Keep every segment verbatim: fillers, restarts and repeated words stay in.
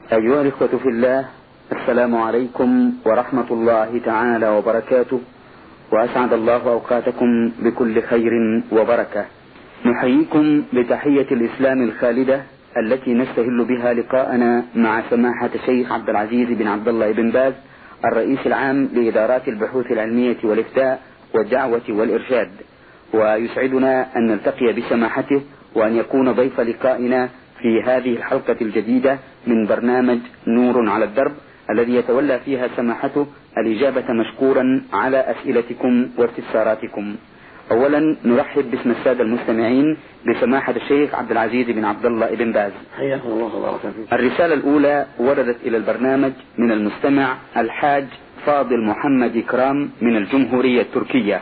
أيها الإخوة في الله، السلام عليكم ورحمة الله تعالى وبركاته، وأسعد الله أوقاتكم بكل خير وبركة. نحييكم بتحية الإسلام الخالدة التي نستهل بها لقاءنا مع سماحة الشيخ عبد العزيز بن عبد الله بن باز، الرئيس العام لإدارات البحوث العلمية والإفتاء والدعوة والإرشاد، ويسعدنا أن نلتقي بسماحته وأن يكون ضيف لقائنا في هذه الحلقة الجديدة من برنامج نور على الدرب، الذي يتولى فيها سماحته الإجابة مشكورا على أسئلتكم واستفساراتكم. أولا نرحب باسم السادة المستمعين بسماحة الشيخ عبد العزيز بن عبد الله بن باز. حياكم الله وبارك فيكم. الرسالة الأولى وردت إلى البرنامج من المستمع الحاج فاضل محمد كرام من الجمهورية التركية.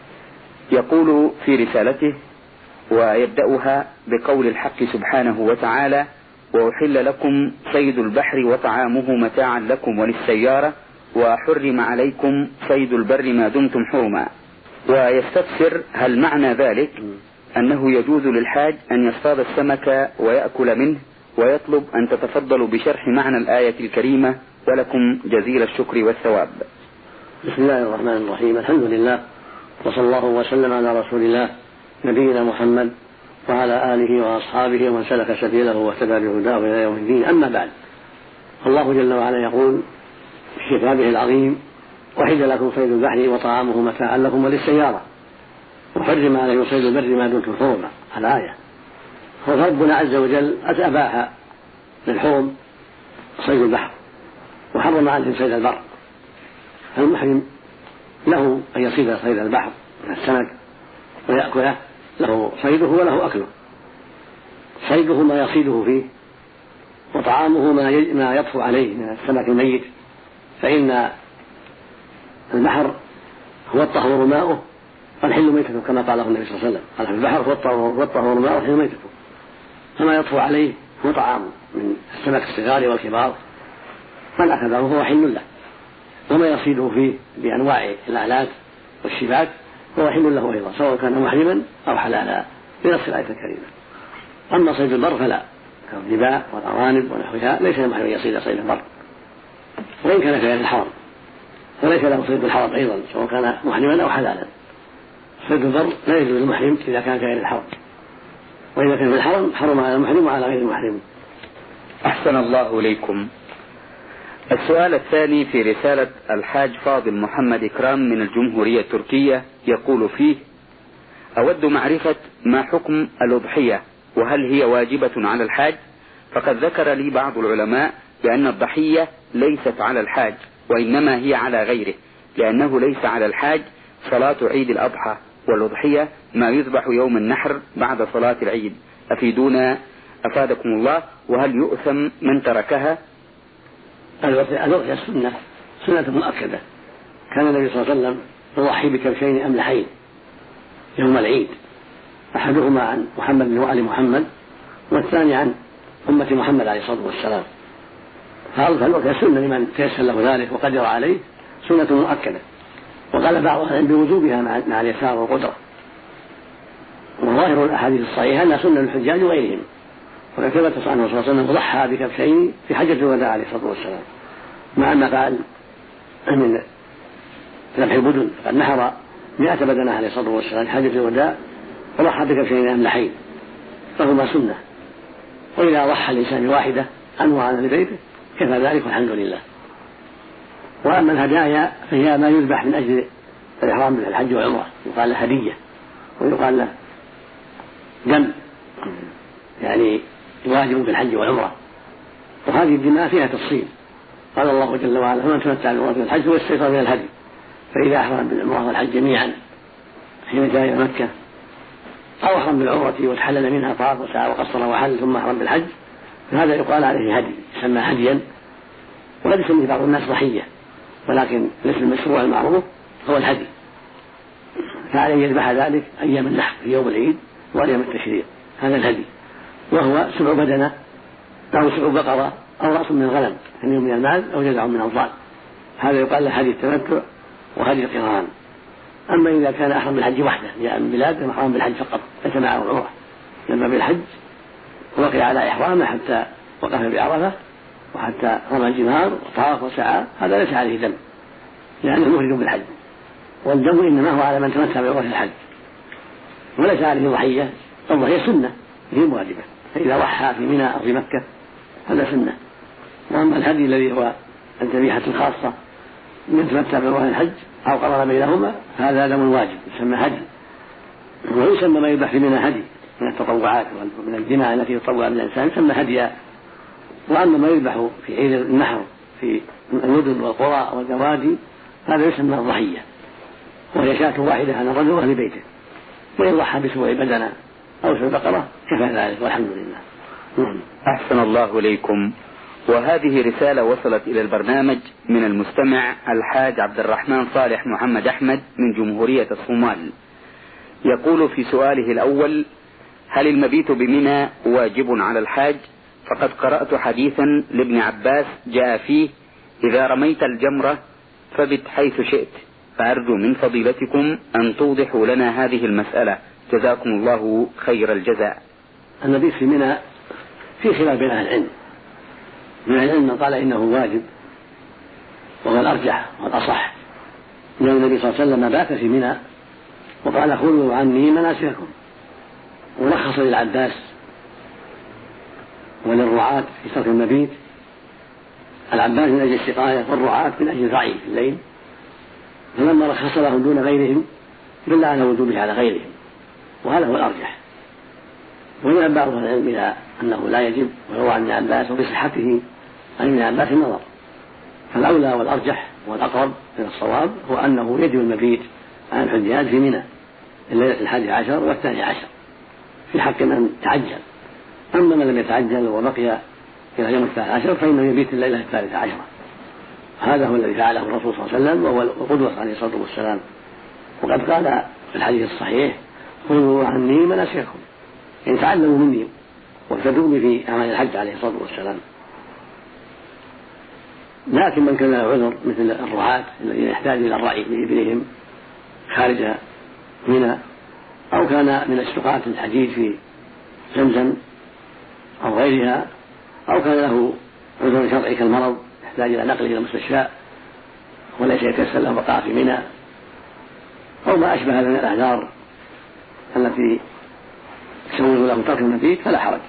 يقول في رسالته، ويبدأها بقول الحق سبحانه وتعالى: وأحل لكم صيد البحر وطعامه متاعا لكم وللسيارة وحرم عليكم صيد البر ما دمتم حرما. ويستفسر هل معنى ذلك أنه يجوز للحاج أن يصطاد السمك ويأكل منه، ويطلب أن تتفضلوا بشرح معنى الآية الكريمة، ولكم جزيل الشكر والثواب. بسم الله الرحمن الرحيم. الحمد لله، وصلى الله وسلم على رسول الله نبينا محمد وعلى آله وأصحابه ومن سلك سبيله واهتدى بهداه إلى يوم الدين. أما بعد، الله جل وعلا يقول في كتابه العظيم: وحل لكم صيد البحر وطعامه متاعا لكم وللسيارة وحرم عليكم صيد البر ما دمتم حرما. الآية. فربنا عز وجل أباح للحرم صيد البحر وحرم عليهم صيد البر. المحرم له أن يصيد صيد البحر من السمك ويأكله، له صيده وله أكله. صيده ما يصيده فيه، وطعامه ما يطفو عليه من السمك الميت، فإن البحر هو الطهور ماؤه والحل ميتته، كما قاله النبي صلى الله عليه وسلم: قال في البحر هو الطهور ماؤه والحل ميتته. فما يطفو عليه هو طعام من السمك الصغار والكبار، من أخذه هو حل له، وما يصيده فيه بأنواع الآلات والشباك هو حل له أيضا، سواء كان محرما أو حلالا بنص الآية الكريمة. أما صيد البر فلا، كالظباء والأرانب ونحوها ليس للمحرم أن يصيد صيد البر، وإن كان في غير الحرم، وليس له صيد الحرم أيضا سواء كان محرما أو حلالا. صيد البر لا يجوز للمحرم إذا كان في غير الحرم، وإذا كان في الحرم حرم على المحرم وعلى غير المحرم. أحسن الله إليكم. السؤال الثاني في رسالة الحاج فاضل محمد كرام من الجمهورية التركية، يقول فيه: أود معرفة ما حكم الأضحية، وهل هي واجبة على الحاج؟ فقد ذكر لي بعض العلماء بأن الضحية ليست على الحاج، وإنما هي على غيره، لأنه ليس على الحاج صلاة عيد الأضحى، والأضحية ما يذبح يوم النحر بعد صلاة العيد. أفيدونا أفادكم الله، وهل يؤثم من تركها؟ الأضحية سنة سنة مؤكدة. كان النبي صلى الله عليه وسلم يضحي بكبشين أملحين يوم العيد، أحدهما عن محمد وآل محمد، والثاني عن أمة محمد عليه الصلاة والسلام. فالأضحية سنة لمن تيسر له ذلك وقدر عليه، سنة مؤكدة. وقال بعض أهل العلم بوجوبها مع اليسار والقدرة، وظاهر الأحاديث الصحيحة أنها سنة للحجاج وغيرهم. وقد ثبت عنه صلى الله عليه وسلم ضحى بكبشين في حجة الوداع عليه الصلاة والسلام، مع ما فعل من ذبح البدن، فقد نحر مئة بدنة عليه الصلاة والسلام في حجة الوداع وضحى بكبشين أملحين، فهما سنة. وإذا ضحى الإنسان واحدة أنواعا لبيته كفى ذلك والحمد لله. وأما الهدايا فهي ما يذبح من أجل الإحرام بالحج والعمرة، يقال له هدية، ويقال له دم، يعني واجب في الحج والعمرة. وهذه الدماء فيها تفصيل. قال الله جل وعلا: فمن تمتع بالعمرة من الحج واستيسر من الهدي، فإذا أحرم بالعمرة والحج جميعا حين جاء إلى مكة، أو أحرم بالعمرة وتحلل منها طاف وسعى وقصر وحل ثم أحرم بالحج، فهذا يقال عليه هدي، يسمى هديا. وقد يسمي بعض الناس ضحية، ولكن الاسم المشروع المعروف هو الهدي. فعليه يذبح ذلك أيام النحر في يوم العيد وأيام التشريق، هذا الهدي، وهو سبع بدنة أو سبع بقرة أو رأس من الغنم، يعني من المال أو جزع من الضال، هذا يقال له هدي التمتع وهدي القران. أما إذا كان أحرم بالحج وحده، جاء من بلاد أحرم بالحج فقط ليس معه العمرة، لما بالحج وقع على إحرامه حتى وقف بعرفة وحتى رمى الجمار وطاف وسعى هذا ليس عليه دم لأنه مفرد بالحج، والدم إنما هو على من تمتع بعمرة الحج وليس عليه ضحية. الضحية سنة هي واجبة، فإذا ضحى في منى أو في مكة هذا سنة. وأما الهدي الذي هو الذبيحة الخاصة من تمتع بعمرة الحج أو قرن بينهما هذا دم واجب يسمى هدي، ويسمى ما يذبح في منى هدي من التطوعات ومن الجماع التي يطوع من الإنسان يسمى هديا. وأما ما يذبح في عيد النحر في المدن والقرى والجوادي هذا يسمى الضحية، وهي شاة واحدة عن الرجل وأهل بيته، وإن ضحى بسبع بدنة أو سبع بقرة كفى ذلك والحمد لله. أحسن الله إليكم. وهذه رسالة وصلت إلى البرنامج من المستمع الحاج عبد الرحمن صالح محمد أحمد من جمهورية الصومال. يقول في سؤاله الأول: هل المبيت بمنى واجب على الحاج؟ فقد قرأت حديثا لابن عباس جاء فيه: إذا رميت الجمرة فبت حيث شئت، فأرجو من فضيلتكم أن توضحوا لنا هذه المسألة، جزاكم الله خير الجزاء. المبيت في منى في خلاف بين أهل العلم، من العلم من قال إنه واجب وهو الأرجح والأصح، لأن النبي صلى الله عليه وسلم بات في منى وقال: خذوا عني مناسككم، ورخص للعباس وللرعاة في ترك المبيت، العباس من أجل السقاية والرعاة من أجل الرعي في الليل، فلما رخص لهم دون غيرهم دل على وجوبه على غيرهم، وهذا هو الأرجح. وذهب بعض العلم إلى أنه لا يجب، وهو عن ابن عباس وبصحته عن ابن عباس النظر، فالأولى والأرجح والأقرب من الصواب هو أنه يجب المبيت عن الحجاج في منى الليلة الحادي عشر والثاني عشر في حق من تعجل. أما من لم يتعجل وبقي إلى يوم الثالث عشر فإنه يبيت الليلة الثالثة عشرة. هذا هو الذي فعله الرسول صلى الله عليه وسلم وهو القدوة عليه الصلاة والسلام. وقد قال في الحديث الصحيح: خذوا عني مناسككم، يعني تعلموا مني واهتدوا في أعمال الحج عليه الصلاة والسلام. لكن من كان له عذر مثل الرعاة الذين يحتاج إلى الرعي بإبلهم خارج منى، أو كان من السقاة الحجيج في زمزم أو غيرها، أو كان له عذر شرعي كالمرض يحتاج إلى نقله إلى المستشفى وليس يتيسر له بقاء في منى، أو ما أشبه من الأعذار التي تسوغ له ترك المبيت فلا حرج.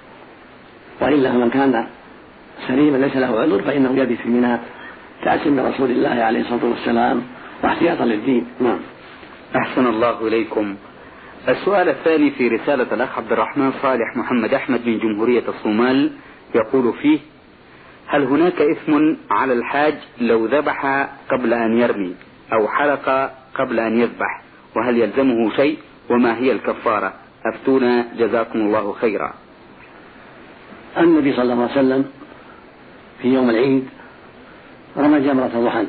وإلا من كان سليما ليس له عذر فإنه يبيت في منى تأسيا من رسول الله عليه الصلاة والسلام واحتياطا للدين. نعم. أحسن الله إليكم. السؤال الثاني في رسالة الأخ عبد الرحمن صالح محمد أحمد من جمهورية الصومال، يقول فيه: هل هناك إثم على الحاج لو ذبح قبل أن يرمي أو حلق قبل أن يذبح، وهل يلزمه شيء، وما هي الكفارة؟ أفتونا جزاكم الله خيرا. النبي صلى الله عليه وسلم في يوم العيد رمى جمرة ضحى،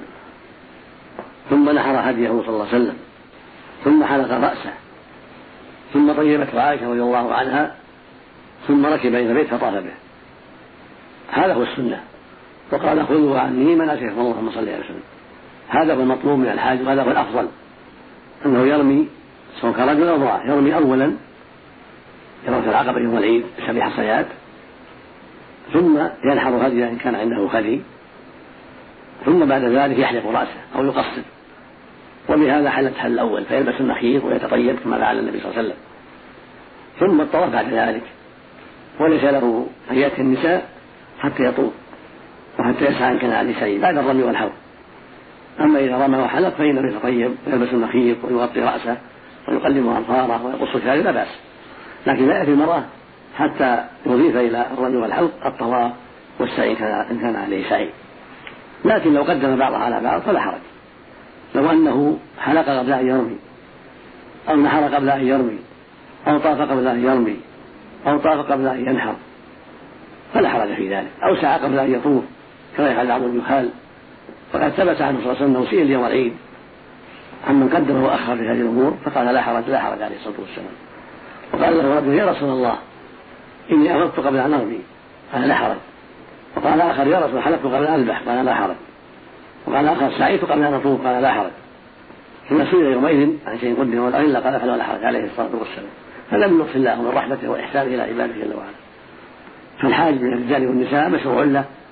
ثم نحر هديه صلى الله عليه وسلم، ثم حلق رأسه، ثم طيبته عائشة رضي الله عنها، ثم ركب إلى البيت فطاف به. هذا هو السنة. وقال: خذوا عني مناسككم، اللهم صل عليه وسلم. هذا هو المطلوب من الحاج، وهذا هو الأفضل، أنه يرمي سواء كان رجل أو امرأة، يرمي أولا يرمي العقبة يوم العيد سبع حصيات، ثم ينحر هديه إن كان عنده هدي، ثم بعد ذلك يحلق رأسه أو يقصر، وبهذا حل التحل الأول، فيلبس النخير ويتطيب كما فعل النبي صلى الله عليه وسلم. ثم الطواف بعد ذلك، وليس له أن يأتي النساء حتى يطوف وحتى يسعى إن كان على النساء بعد الرمي والحوض. أما إذا رمى وحلق فإنه يتطيب ويلبس النخير ويغطي رأسه ويقلم أظفاره ويقص شعره لا بأس، لكن لا يأتي المرأة حتى يضيف إلى الرمي والحوض الطواف والسعي إن كان عليه سعي. لكن لو قدم بعضها على بعض فلا حرج. لو أنه حلق قبل أن يرمي، أو نحر قبل أن يرمي، أو طاف قبل أن يرمي، أو طاف قبل أن ينحر فلا حرج في ذلك، أو سعى قبل أن يطوف كما يفعل بعض الجهال. فقد ثبت عنه صلى الله عليه وسلم أنه سئل يوم العيد عمن قدم وأخر في هذه الأمور فقال: لا حرج لا حرج عليه الصلاة والسلام. وقال له رجل: يا رسول الله إني أفضت قبل أن أرمي، قال: لا حرج. وقال آخر: يا رسول حلقت قبل أن أذبح، قال: لا حرج. وقال آخر: سعيت قبل أن أطوف، قال: لا حرج. ثم سئل يومئذ عن شيء قدم ولا قال: فلا حرج عليه الصلاة والسلام. هذا من لطف الله ومن رحمته وإحسانه إلى عباده جل وعلا. فالحاج من الرجال والنساء مشروع له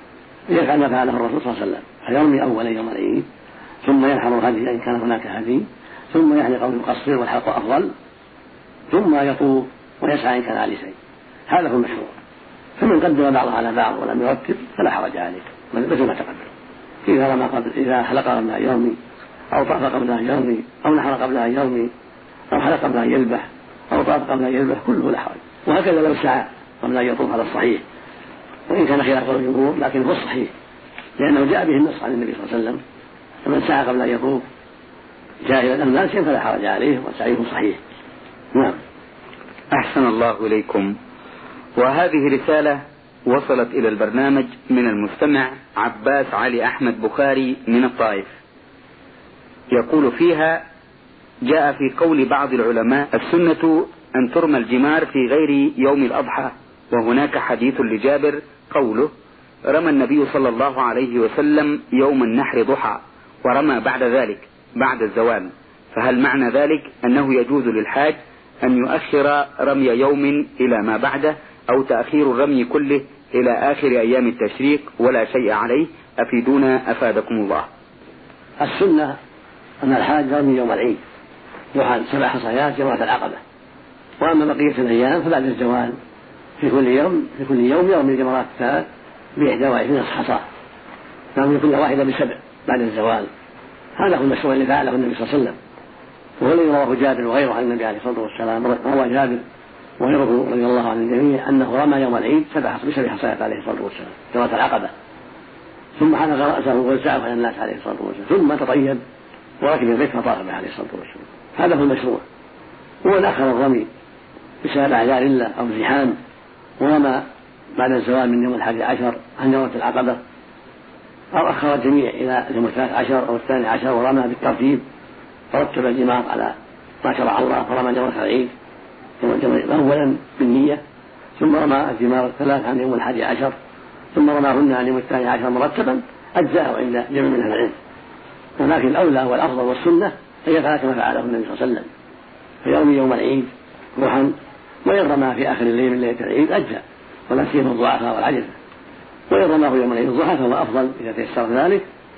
يفعل ما فعله الرسول صلى الله عليه وسلم، فيرمي أولا يوم العيد، ثم ينحر هدي إن كان هناك هدي، ثم يحلق ويقصر والحلق أفضل، ثم يطوف ويسعى إن كان عليه شيء. هذا هو المشروع. فمن قدم بعض على بعض ولم يرتب فلا حرج عليه مثل ما تقدم. إذا رمى قبل إذا حلق قبل أن يرمي، أو طاف قبل أن يرمي، أو نحر قبل أن يرمي، أو حلق قبل أن يذبح، أو طاف قبل أن يذبح، كله لا حرج. وهكذا لو سعى قبل أن يطوف على الصحيح، وإن كان خلاف الجمهور لكن هو الصحيح، لأنه جاء به النص عن النبي صلى الله عليه وسلم. فمن سعى قبل أن يطوف جاهلا أم ناسيا فلا حرج عليه وسعيه صحيح. نعم. أحسن الله إليكم. وهذه رسالة وصلت إلى البرنامج من المستمع عباس علي أحمد بخاري من الطائف، يقول فيها: جاء في قول بعض العلماء السنة أن ترمى الجمار في غير يوم الأضحى، وهناك حديث لجابر قوله: رمى النبي صلى الله عليه وسلم يوم النحر ضحى ورمى بعد ذلك بعد الزوال، فهل معنى ذلك أنه يجوز للحاج أن يؤخر رمي يوم إلى ما بعده، أو تأخير الرمي كله إلى آخر أيام التشريق ولا شيء عليه؟ أفيدونا أفادكم الله. السنة أن الحاج يرمي يوم العيد ضحى سبع حصيات جمرة العقبة، وأما بقية الأيام فبعد الزوال في كل يوم في كل يوم يرمي الجمرات الثلاث بإحدى وعشرين حصاة، يرمي كل واحدة بسبع بعد الزوال. هذا هو المشروع اللي فعله النبي صلى الله عليه وسلم، وهو الذي رواه جابر وغيره عن النبي عليه الصلاة والسلام. روى جابر وغيره رضي الله عن الجميع أنه رمى يوم العيد سبع بسبع حصيات عليه الصلاة والسلام جمرة العقبة، ثم حلق رأسه ووزعه على الناس عليه الصلاة والسلام، ثم تطيب وركب البيت فطاف به عليه الصلاة والسلام. هذا هو المشروع. هو أخر الرمي بسبب أعذار الله أو زحام، ورمى بعد الزوال من يوم الحادي عشر عن جمرة العقبة، أو أخر الجميع إلى يوم الثالث عشر أو الثاني عشر ورمى بالترتيب، فرتب الجمار على ما شرع الله، فرمى جمرة العيد أولا بالنية، ثم رمى الجمار الثلاث عن يوم الحادي عشر، ثم رماهن عن يوم الثاني عشر مرتبا، أجزاء عند جميع من أهل العلم. ولكن الأولى والأفضل والسنة هي يفعل كما فعله النبي صلى الله عليه وسلم، فيرمي يوم العيد ضحى، وإن رمى في آخر الليل من ليلة العيد أجزاء، ولا سيما الضعفاء والعجزة. وإن رماه يوم العيد الضحى فهو أفضل إذا تيسر ذلك.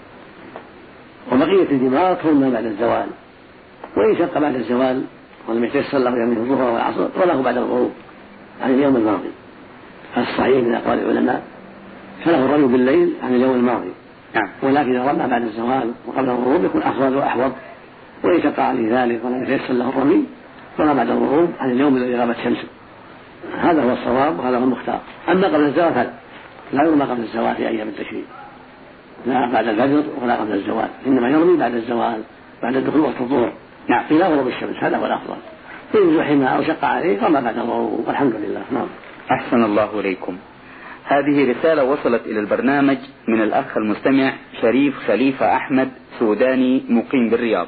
وبقية الجمار ترمى بعد الزوال، وإن شق بعد الزوال ولم يتيسر له يوم الظهر والعصر وله بعد الغروب عن اليوم الماضي. الصحيح من أقوال العلماء فله الرمي بالليل عن اليوم الماضي، ولكن إذا رمى بعد الزوال وقبل الغروب يكون أفضل وأحوط. وإن شق عليه ذلك ولم يتيسر له الرمي رمى بعد الغروب عن اليوم الذي غابت شمسه. هذا هو الصواب وهذا هو المختار. أما قبل الزوال فلا لا يرمى قبل الزوال في أيام التشريق، لا بعد الفجر ولا قبل الزوال، إنما يرمي بعد الزوال بعد الدخول وقت الظهر نعم إلى غروب الشمس. هذا هو الأفضل. إن زحم أو شق عليه رمى بعد الغروب والحمد لله. نعم. أحسن الله إليكم. هذه رسالة وصلت إلى البرنامج من الأخ المستمع شريف خليفة أحمد سوداني مقيم بالرياض.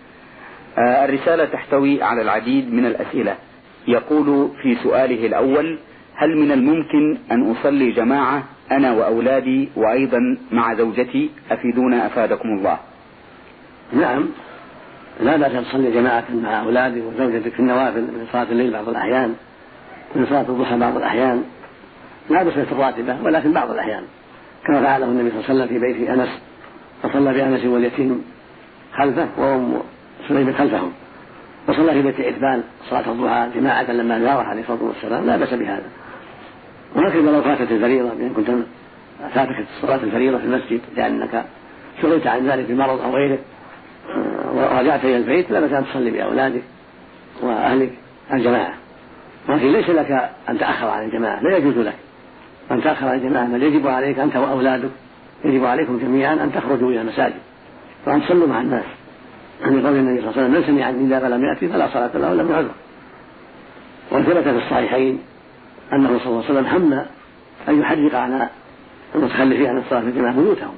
آه الرسالة تحتوي على العديد من الأسئلة. يقول في سؤاله الأول: هل من الممكن أن أصلي جماعة أنا وأولادي وأيضا مع زوجتي؟ أفيدونا أفادكم الله. نعم، لا بأس أن تصلي جماعة مع أولادك وزوجتك في النوافل من صلاة الليل بعض الأحيان، من صلاة الضحى بعض الأحيان، لا بأس في الراتبة ولكن بعض الأحيان، كما فعله النبي صلى الله عليه وسلم في بيت أنس، فصلى بأنس واليتيم خلفه وأم سليم خلفهم، وصلى في بيت عتبان صلاة الضحى جماعة لما زاره عليه الصلاة والسلام، لا بأس بهذا. وهكذا لو فاتت الفريضة بأن كنت فاتك صلاة الفريضة في المسجد لأنك شغلت عن ذلك بمرض أو غيره ورجعت إلى البيت، لا بأس أن تصلي بأولادك وأهلك الجماعة، ولكن ليس لك أن تأخر عن الجماعة، لا يجوز لك أن تأخر عن الجماعة، بل يجب عليك أنت وأولادك يجب عليكم جميعا أن تخرجوا إلى المساجد وأن تصلوا مع الناس، عن قول النبي صلى الله عليه وسلم: من سمع النداء فلم يأتي فلا صلاة له ولم يعذر. وثبت في الصحيحين أنه صلى الله عليه وسلم هم أن يحرق على المتخلفين عن الصلاة في الجماعة بيوتهم،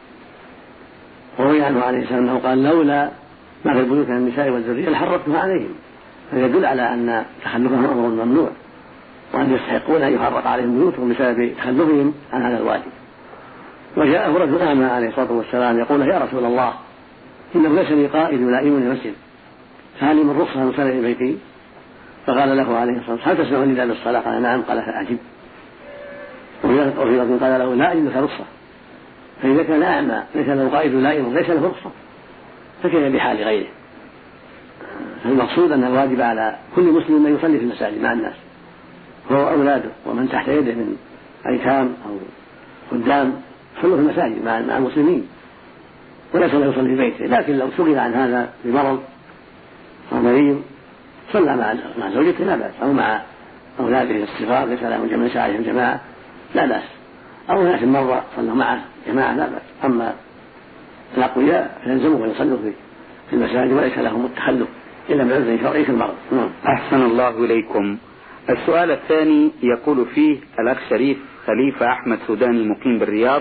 وروي عنه عليه السلام أنه قال: لولا ما في البيوت من النساء والذرية لحرقتها عليهم، فيدل على أن تخلفهم أمر ممنوع، وأن يستحقون أن يحرق عليهم بيوتهم بسبب تخلفهم عن هذا الواجب. وجاءه رجل أعمى عليه الصلاة والسلام يقول: يا رسول الله، إنه ليس لي قائد يلائمني المسجد، فهل من رخصة أن أصلي في بيتي؟ فقال له عليه الصلاة والسلام: هل تسمع النداء بالصلاة؟ قال: نعم. قال: فأجب. وفي لفظ قال له: لا أجد لك رخصة، فإذا كان أعمى ليس له قائد لائم ليس له رخصة فكيف بحال غيره؟ المقصود أن الواجب على كل مسلم أن يصلي في المساجد مع الناس، هو أولاده ومن تحت يده من أيتام أو خدام يصلوا في المساجد مع المسلمين، وليس له يصلي في بيته. لكن لو شغل عن هذا بمرض أو مريض صلى مع زوجته لا بأس، أو مع أولاده الصغار ليس لهم جماعة عليهم جماعة لا بأس، أو ناس مرة صلوا معه جماعة لا بأس. أما الأقوياء فيلزمهم أن يصلوا في المساجد وليس لهم التخلف إلا بعذر شرعي في المرض. أحسن الله إليكم. السؤال الثاني يقول فيه الأخ شريف خليفة أحمد سوداني مقيم بالرياض،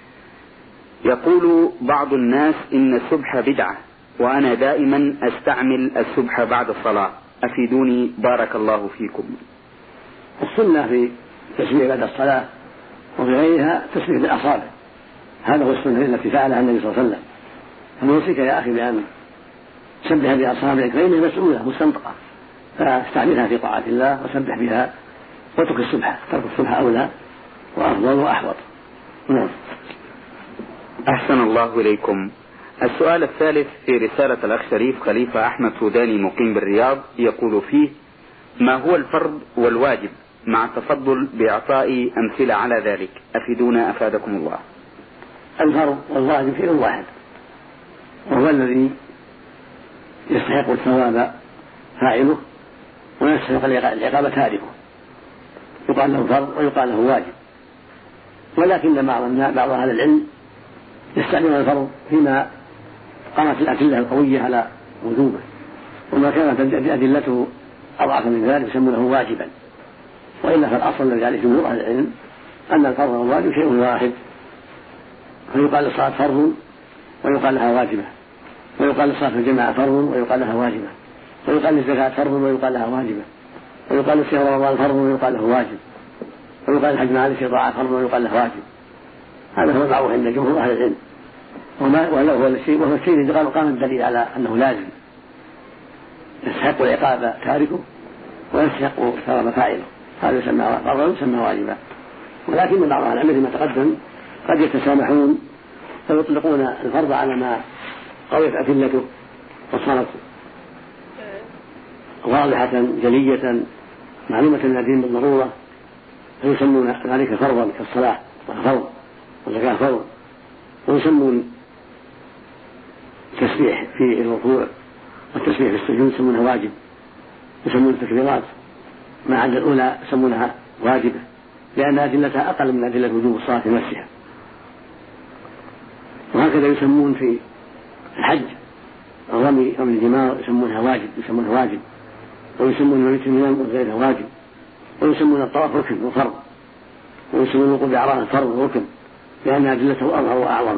يقول بعض الناس إن السبح بدعة وأنا دائما أستعمل السبح بعد الصلاة، أفيدوني بارك الله فيكم. السنة في تسبيح بعد الصلاة وفي غيرها تسبيح بالأصابع، هذا هو السنة التي فعلها النبي صلى الله عليه وسلم. فنوصيك يا أخي بأن تسبح بأصابعك فإنها مسؤولة مستنطقة، فاستعملها في طاعة الله وسبح بها واترك السبحة، ترك السبحة أولى وأفضل وأحوط. نعم. أحسن الله إليكم. السؤال الثالث في رسالة الأخ شريف خليفة أحمد سوداني مقيم بالرياض، يقول فيه: ما هو الفرض والواجب مع التفضل بإعطاء أمثلة على ذلك، أفيدونا أفادكم الله. الفرض والواجب شيء واحد، وهو الذي يستحق الثواب فاعله ويستحق العقاب تاركه، يقال له فرض ويقال له واجب. ولكن بعض أهل العلم يستعمل الفرض فيما قامت الأدلة القوية على وجوبه، وما كانت أدلته أضعف من ذلك يسمونه واجبا. وإلا فالأصل الذي عليه جمهور أهل العلم أن الفرض والواجب شيء واحد، فيقال الصلاة فرض ويقال لها واجبة، ويقال الصلاة في الجماعة فرض ويقال لها واجبة، ويقال الزكاة فرض ويقال لها واجبة، ويقال الصيام رمضان فرض ويقال له واجب، ويقال الحج مع الاستطاعة فرض ويقال له واجب. هذا هو المعروف عند جمهور أهل العلم، وهو الشيء وهو الشيء الذي قام الدليل على أنه لازم يستحق العقاب تاركه ويستحق الثواب فاعله، هذا يسمى فرضا ويسمى واجبا. ولكن بعض أهل العلم ما تقدم قد يتسامحون فيطلقون الفرض على ما قويت أدلته وصارت واضحة جلية معلومة للدين بالضرورة، فيسمون ذلك فرضا كالصلاة فرض والزكاة فرض، ويسمون التسبيح في الركوع والتسبيح في السجود يسمونها واجب، يسمون التكبيرات ما عدا الأولى يسمونها واجبة، لأن أدلتها أقل من أدلة وجوب الصلاة نفسها. وهكذا يسمون في الحج الرمي أو الجمار يسمونها واجب يسمونها واجب ويسمون المبيت المنام وغيرها واجب، ويسمون الطواف ركن وفرض، ويسمون الوقوف بعرفة فرض وركن لأن أدلته أظهر وأعظم.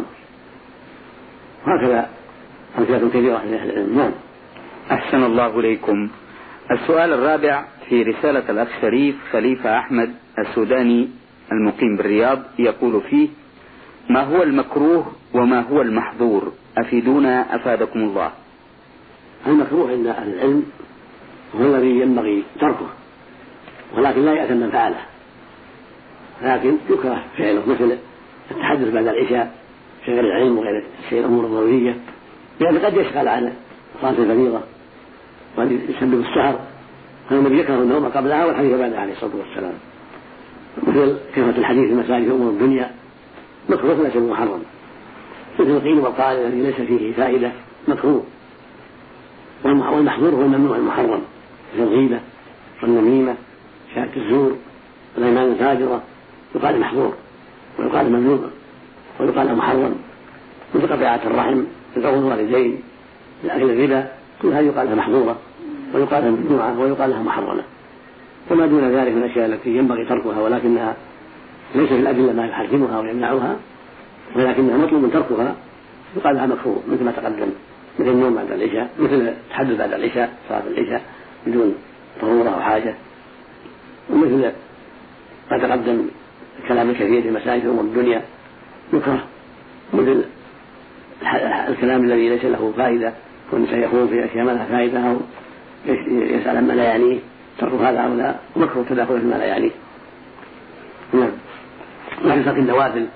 هكذا أمثلة كثيرة من أهل العلم. نعم. أحسن الله إليكم. السؤال الرابع في رسالة الأخ شريف خليفة أحمد السوداني المقيم بالرياض، يقول فيه: ما هو المكروه وما هو المحظور، أفيدونا أفادكم الله. المكروه عند أهل العلم هو الذي ينبغي تركه ولكن لا يأثم من فعله، لكن يكره فعله، مثل التحدث بعد العشاء في غير العلم وغير الشيء الأمور الضرورية، لأن قد يشغل عن صلاة الفريضة وقد يسبب السهر، فالنبي يكره النوم قبلها والحديث بعدها عليه الصلاة والسلام. مثل كثرة الحديث في المساجد في أمور الدنيا مكروه ليس محرم، مثل القيل والقال الذي ليس فيه فائدة مكروه. والمحظور هو الممنوع المحرم، مثل الغيبة والنميمة شهادة الزور والأيمان الفاجرة، يقال محظور ويقال ممنوع ويقال محرم، مثل قطيعة الرحم وقول الوالدين لأكل الربا، كل هذه يقال لها محظورة ويقال لها ممنوعة ويقال لها محرمة. وما دون ذلك من الأشياء التي ينبغي تركها ولكنها ليس في الأدلة ما يحرمها ويمنعها ولكنها مطلوب تركها، يقال لها مكروه، مثل ما تقدم، مثل النوم بعد العشاء، مثل التحدث بعد العشاء صلاة العشاء بدون ضرورة أو حاجة، ومثل ما تقدم الكلام الكثير في مسائل في أمور الدنيا يكره، مثل الكلام الذي ليس له فائدة والإنسان يقول في أشياء ما لها فائدة أو يسأل عما لا يعنيه، ترك هذا أو لا مكروه تداخل فيما لا يعنيه. نعم. وفي ترك النوافل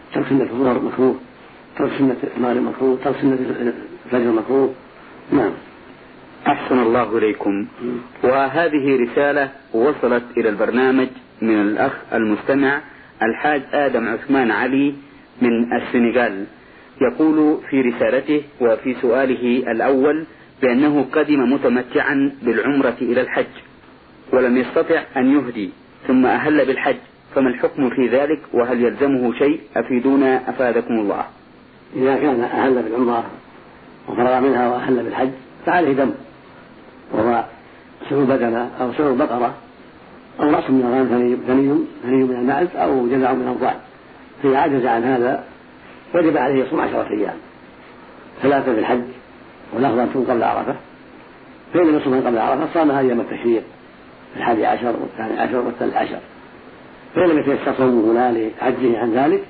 ترك سنة الظهر مكروه، ترك سنة المغرب مكروه، ترك سنة الفجر مكروه. نعم. أحسن الله إليكم. وهذه رسالة وصلت إلى البرنامج من الأخ المستمع الحاج آدم عثمان علي من السنغال. يقول في رسالته وفي سؤاله الأول بأنه قدم متمتعا بالعمرة إلى الحج ولم يستطع أن يهدي ثم أهل بالحج، فما الحكم في ذلك وهل يلزمه شيء؟ أفيدونا أفادكم الله. إذا كان أهل بالعمرة وفرغ منها وأهل بالحج فعليه دم، وهو سلو بدنة أو سلو بقرة أو رأس من الغنم ثني ثني من المعز أو جذع من الضأن، فإذا عجز عن هذا وجب عليه يصوم عشرة أيام، ثلاثة في الحج والأفضل أن تكون قبل عرفة، فإن لم يصومها قبل عرفة صامها أيام التشريق الحادي عشر والثاني عشر والثالث عشر، فإن لم يتيسر صومه لا لعجزه عن ذلك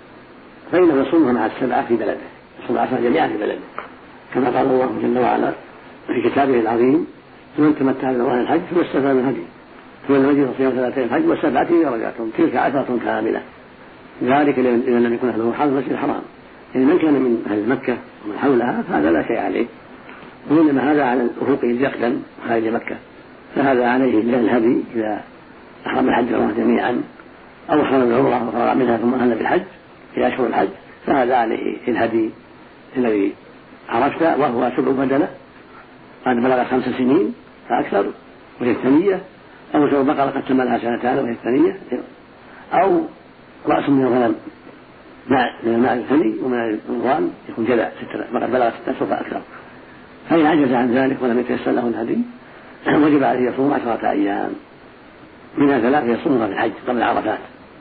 فإنه يصومها مع السبعة في بلده، يصوم عشرة جميعا في بلده، كما قال الله جل وعلا في كتابه العظيم: فمن تمتع بالعمرة الحج ثم استفاد من هديه فمن لم يجد صيام ثلاثة الحج والسبعة درجات تلك عشرة كاملة، ذلك إذا لم يكن أهله حاضر المسجد الحرام. يعني من كان من أهل مكة ومن حولها فهذا لا شيء عليه، وإنما هذا على الأفق إذ يقدم خارج مكة، فهذا عليه الهدي إذا أحرم الحج والعمرة جميعا أو أحرم العمرة وفرغ منها ثم أهل بالحج في أشهر الحج، فهذا عليه الهدي الذي عرفت وهو سبع بدنة قد بلغ خمس سنين فأكثر وهي الثنية، أو سبع بقرة قد تم لها سنتان وهي الثنية، أو رأس من الغنم من الماء الثني ومن الغنم يكون جذع وقد بلغ ستة أشهر فأكثر، فإن عجز عن ذلك ولم يتيسر له الهدي وجب عليه يصوم عشرة أيام، منها ثلاثة يصومها في الحج قبل عرفات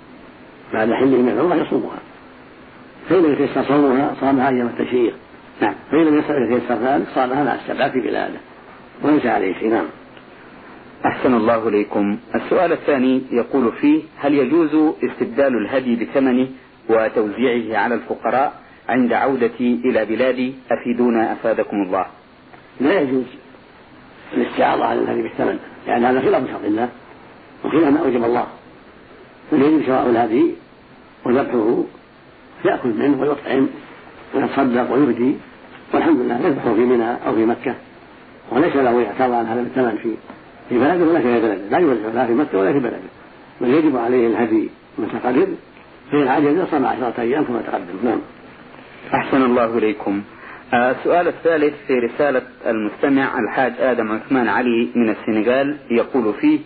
بعد حله من العمرة يصومها، فإن لم يتيسر صومها صامها أيام التشريق. نعم. فإن لم يتيسر ذلك صامها مع السبعة في بلاده وليس عليه شيء. نعم. أحسن الله إليكم. السؤال الثاني يقول فيه: هل يجوز استبدال الهدي بثمنه وتوزيعه على الفقراء عند عودتي إلى بلادي؟ أفيدونا أفادكم الله. لا يجوز الاستعارة على الهدي بالثمن، يعني هذا خلاف شرع الله وخلاف ما أوجب الله، فيجب شراء الهدي وذبحه يأكل منه ويطعم ويتصدق ويهدي، والحمد لله يذبحه في منى أو في مكة وليس له يعتبر عن هذا الثمن في في بلده ولا في بلده، لا يوزع لا في مكة ولا في بلده، بل يجب عليه الهدي متقرر، فإن عجز صام عشرة أيام كما تقدم. نعم. أحسن الله إليكم. السؤال الثالث في رسالة المستمع الحاج آدم عثمان علي من السنغال، يقول فيه: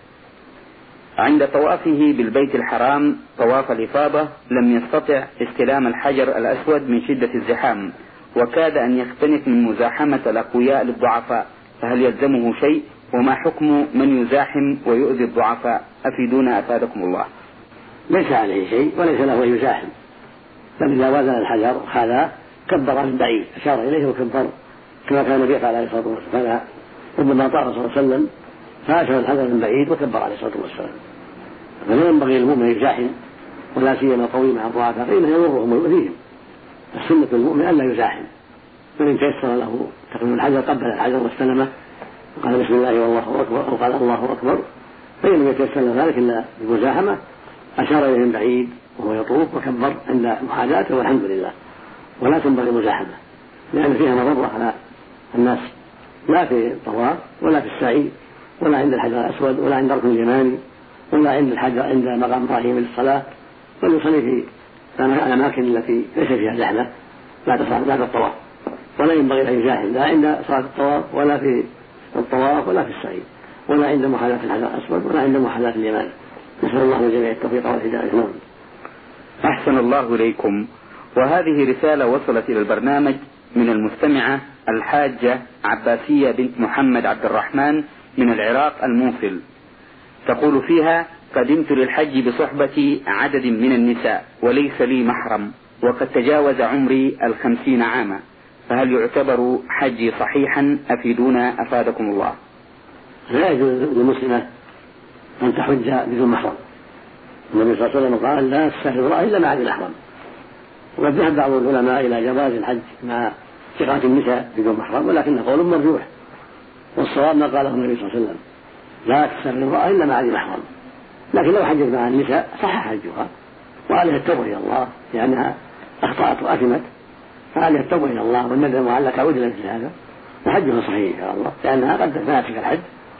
عند طوافه بالبيت الحرام طواف الإفاضة لم يستطع استلام الحجر الأسود من شدة الزحام، وكاد أن يختنق من مزاحمة الأقوياء للضعفاء، فهل يلزمه شيء؟ وما حكم من يزاحم ويؤذي الضعفاء؟ أفيدونا أفادكم الله. ليس عليه شيء وليس له أن يزاحم، بل إذا وزن الحجر هذا كبر من بعيد، أشار إليه وكبر كما كان النبي عليه الصلاة والسلام، ربما طاف صلى الله عليه وسلم فأشار الحجر من بعيد وكبر عليه الصلاة والسلام. فلا ينبغي للمؤمن يزاحم ولا سيما القوي مع الضعفاء فإنه يضرهم ويؤذيهم، السنة المؤمن ألا يزاحم، فإن تيسر له تقبيل الحجر قبل الحجر واستلمه وقال بسم الله والله أكبر أو قال الله أكبر، فإن لم يتيسر له ذلك إلا بالمزاحمة أشار إليه من بعيد وهو يطوف وكبر عند محاذاته والحمد لله، ولا تنبغي المزاحمة لأن فيها مضرة على الناس، لا في الطواف ولا في السعي ولا عند الحجر الأسود ولا عند الركن اليماني ولا عند الحجر عند مقام إبراهيم للصلاة، بل يصلي في الأماكن التي ليس فيها زحمة بعد بعد الطواف، ولا ينبغي أن يزاحم لا عند صلاة الطواف ولا في الطواف ولا في السعي ولا عند محاذاة الحجر الأسود ولا عند محاذاة اليماني. نسأل الله الجميع التوفيق والهداية. أحسن الله إليكم. وهذه رسالة وصلت إلى البرنامج من المستمعة الحاجة عباسية بنت محمد عبد الرحمن من العراق الموصل، تقول فيها: قدمت للحج بصحبة عدد من النساء وليس لي محرم وقد تجاوز عمري الخمسين عاما، فهل يعتبر حجي صحيحا؟ أفيدونا أفادكم الله. لا يجوز للمسلمة أن تحج بدون محرم، النبي صلى الله عليه وسلم قال: لا تسافر امرأة إلا مع ذي محرم، وقد ذهب بعض العلماء إلى جواز الحج مع ثقات النساء بدون محرم، ولكن قول مرجوح، والصواب ما قاله النبي صلى الله عليه وسلم: لا تسافر امرأة إلا مع ذي محرم، لكن لو حجت مع النساء صح حجها وعليها التوبة إلى الله لأنها أخطأت وأثمت، فعليها التوبة إلى الله والندم وعلى تعود إلى مثل هذا، وحجها صحيح إن شاء الله لأنها قد فاتك الحج،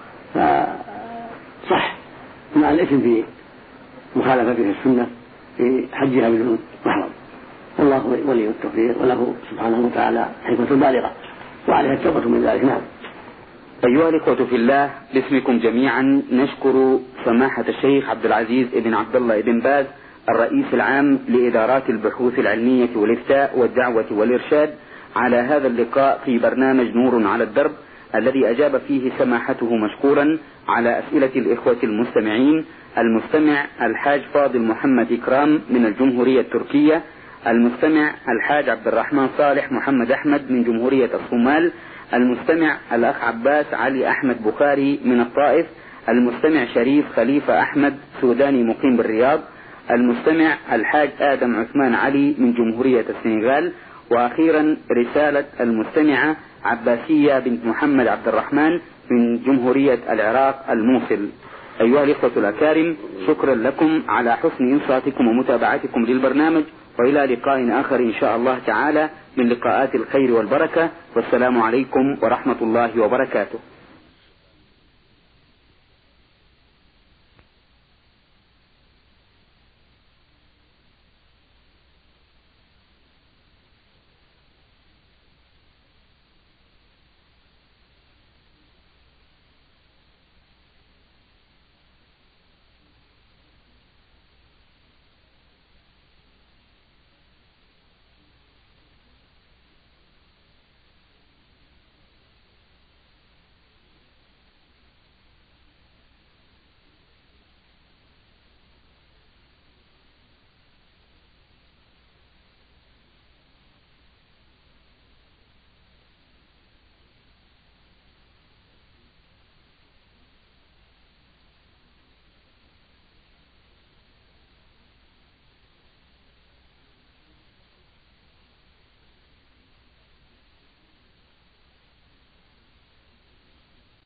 فصح مع الإثم في مخالفته السنة في حجها بدون محرم. والله ولي التوفيق وله سبحانه وتعالى حكمة بالغة وعليها التوبة من ذلك. نعم. أيها الإخوة في الله، باسمكم جميعا نشكر سماحة الشيخ عبد العزيز بن عبد الله بن باز الرئيس العام لإدارات البحوث العلمية والإفتاء والدعوة والإرشاد على هذا اللقاء في برنامج نور على الدرب، الذي أجاب فيه سماحته مشكورا على أسئلة الإخوة المستمعين. المستمع الحاج فاضل محمد إكرام من الجمهورية التركية، المستمع الحاج عبد الرحمن صالح محمد أحمد من جمهورية الصومال، المستمع الأخ عباس علي أحمد بخاري من الطائف، المستمع شريف خليفة أحمد سوداني مقيم بالرياض، المستمع الحاج آدم عثمان علي من جمهورية السنغال، وأخيرا رسالة المستمعة عباسية بنت محمد عبد الرحمن من جمهورية العراق الموصل. أيها الإخوة الأكارم، شكرا لكم على حسن إنصاتكم ومتابعتكم للبرنامج، وإلى لقاء آخر إن شاء الله تعالى من لقاءات الخير والبركة، والسلام عليكم ورحمة الله وبركاته.